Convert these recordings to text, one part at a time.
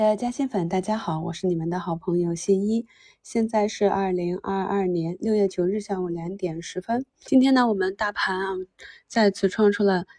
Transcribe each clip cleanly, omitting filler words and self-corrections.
嘉兴粉，大家好，我是你们的好朋友新一。现在是2022年6月9日下午2点10分。今天呢，我们大盘再次创出了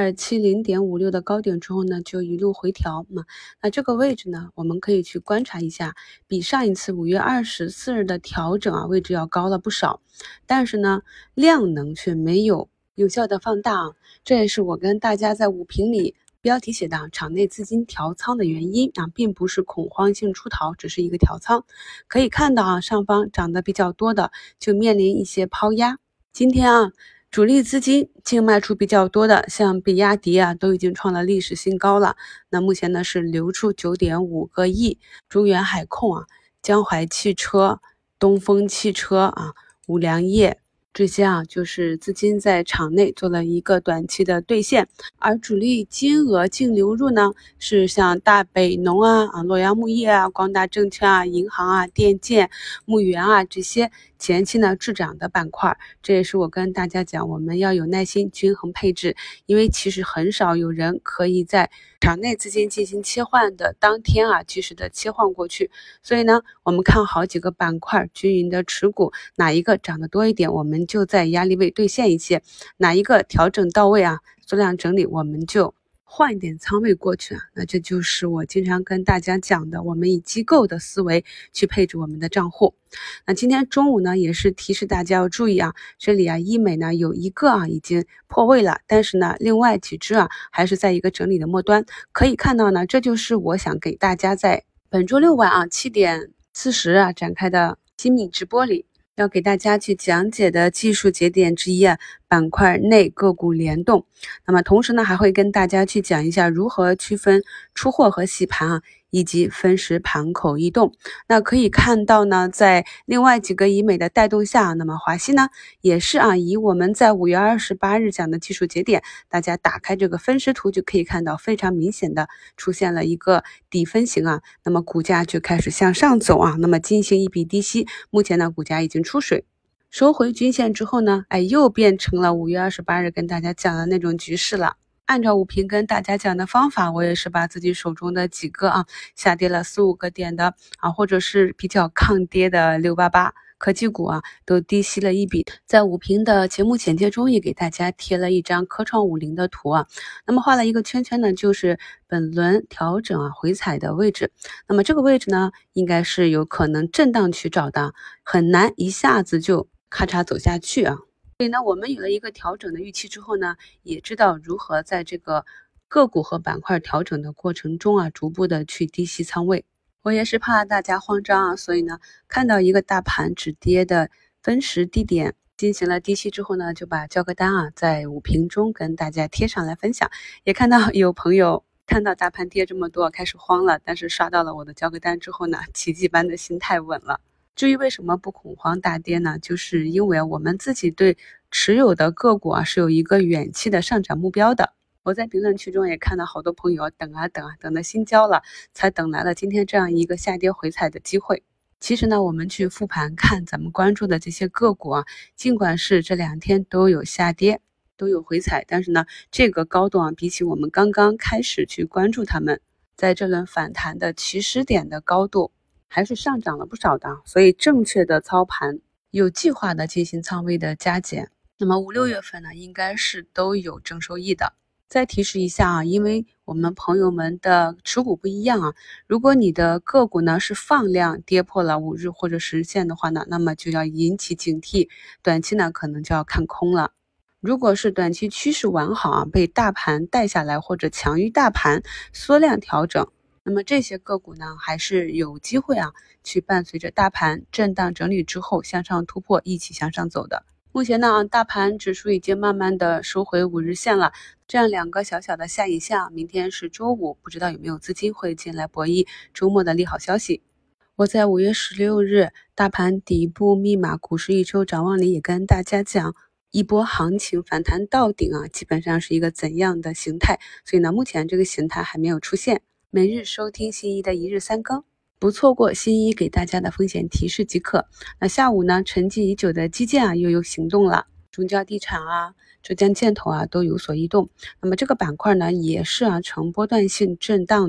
3270.56的高点之后呢，就一路回调嘛。那这个位置呢，我们可以去观察一下，比上一次5月24日的调整位置要高了不少，但是呢，量能却没有有效的放大这也是我跟大家在午评里标题写的场内资金调仓的原因并不是恐慌性出逃，只是一个调仓。可以看到上方涨得比较多的就面临一些抛压。今天主力资金净卖出比较多的，像比亚迪都已经创了历史新高了。那目前呢是流出9.5个亿，中远海控江淮汽车、东风汽车五粮液。这些就是资金在场内做了一个短期的兑现，而主力金额净流入呢，是像大北农洛阳钼业光大证券银行电建、牧原这些前期呢滞涨的板块。这也是我跟大家讲，我们要有耐心均衡配置，因为其实很少有人可以在场内资金进行切换的当天及时的切换过去。所以呢，我们看好几个板块均匀的持股，哪一个涨得多一点，我们就在压力位兑现一些，哪一个调整到位缩量整理，我们就换一点仓位过去那这就是我经常跟大家讲的，我们以机构的思维去配置我们的账户。那今天中午呢，也是提示大家要注意这里医美呢有一个已经破位了，但是呢另外几只还是在一个整理的末端。可以看到呢，这就是我想给大家在本周六晚7点40展开的新米直播里要给大家去讲解的技术节点之一板块内个股联动。那么同时呢，还会跟大家去讲一下如何区分出货和洗盘以及分时盘口异动。那可以看到呢，在另外几个医美的带动下，那么华西呢也是以我们在5月28日讲的技术节点，大家打开这个分时图就可以看到非常明显的出现了一个底分型那么股价就开始向上走那么进行一笔低吸，目前呢股价已经出水收回均线之后呢，又变成了5月28日跟大家讲的那种局势了。按照午评跟大家讲的方法，我也是把自己手中的几个下跌了4-5个点的或者是比较抗跌的688科技股都低吸了一笔。在午评的节目简介中也给大家贴了一张科创50的图那么画了一个圈圈呢，就是本轮调整回踩的位置。那么这个位置呢，应该是有可能震荡去找的，很难一下子就咔嚓走下去所以呢，我们有了一个调整的预期之后呢，也知道如何在这个个股和板块调整的过程中逐步的去低吸仓位。我也是怕大家慌张所以呢，看到一个大盘止跌的分时低点进行了低吸之后呢，就把交割单在午评中跟大家贴上来分享。也看到有朋友看到大盘跌这么多开始慌了，但是刷到了我的交割单之后呢，奇迹般的心态稳了。至于为什么不恐慌大跌呢？就是因为我们自己对持有的个股是有一个远期的上涨目标的。我在评论区中也看到好多朋友等的心焦了，才等来了今天这样一个下跌回踩的机会。其实呢，我们去复盘看咱们关注的这些个股尽管是这2天都有下跌，都有回踩，但是呢，这个高度比起我们刚刚开始去关注它们，在这轮反弹的起始点的高度还是上涨了不少的，所以正确的操盘，有计划的进行仓位的加减，那么5、6月份呢，应该是都有正收益的。再提示一下因为我们朋友们的持股不一样如果你的个股呢是放量跌破了5日或者10日线的话呢，那么就要引起警惕，短期呢可能就要看空了。如果是短期趋势完好被大盘带下来或者强于大盘缩量调整，那么这些个股呢，还是有机会去伴随着大盘震荡整理之后向上突破，一起向上走的。目前呢，大盘指数已经慢慢的收回5日线了，这样2个小小的下影线明天是周五，不知道有没有资金会进来博弈周末的利好消息。我在5月16日大盘底部密码股市一周展望里也跟大家讲，一波行情反弹到顶基本上是一个怎样的形态，所以呢，目前这个形态还没有出现。每日收听新一的一日3更，不错过新一给大家的风险提示即可。那下午呢，沉寂已久的基建又有行动了，中交地产浙江建投都有所异动。那么这个板块呢，也是呈波段性震荡的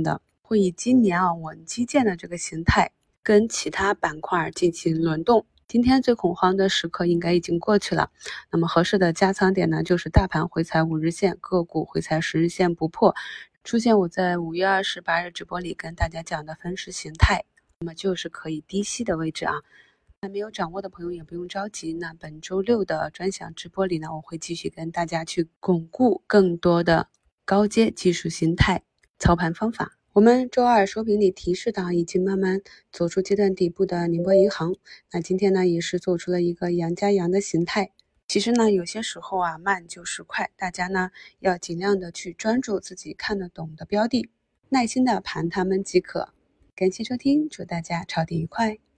会以今年稳基建的这个形态跟其他板块进行轮动。今天最恐慌的时刻应该已经过去了，那么合适的加仓点呢，就是大盘回踩5日线，个股回踩10日线不破，出现我在5月28日直播里跟大家讲的分时形态，那么就是可以低吸的位置啊。还没有掌握的朋友也不用着急，那本周六的专享直播里呢，我会继续跟大家去巩固更多的高阶技术形态操盘方法。我们周二收评里提示的已经慢慢走出阶段底部的宁波银行，那今天呢也是做出了一个阳加阳的形态。其实呢有些时候慢就是快，大家呢要尽量的去专注自己看得懂的标的，耐心的盘它们即可。感谢收听，祝大家抄底愉快。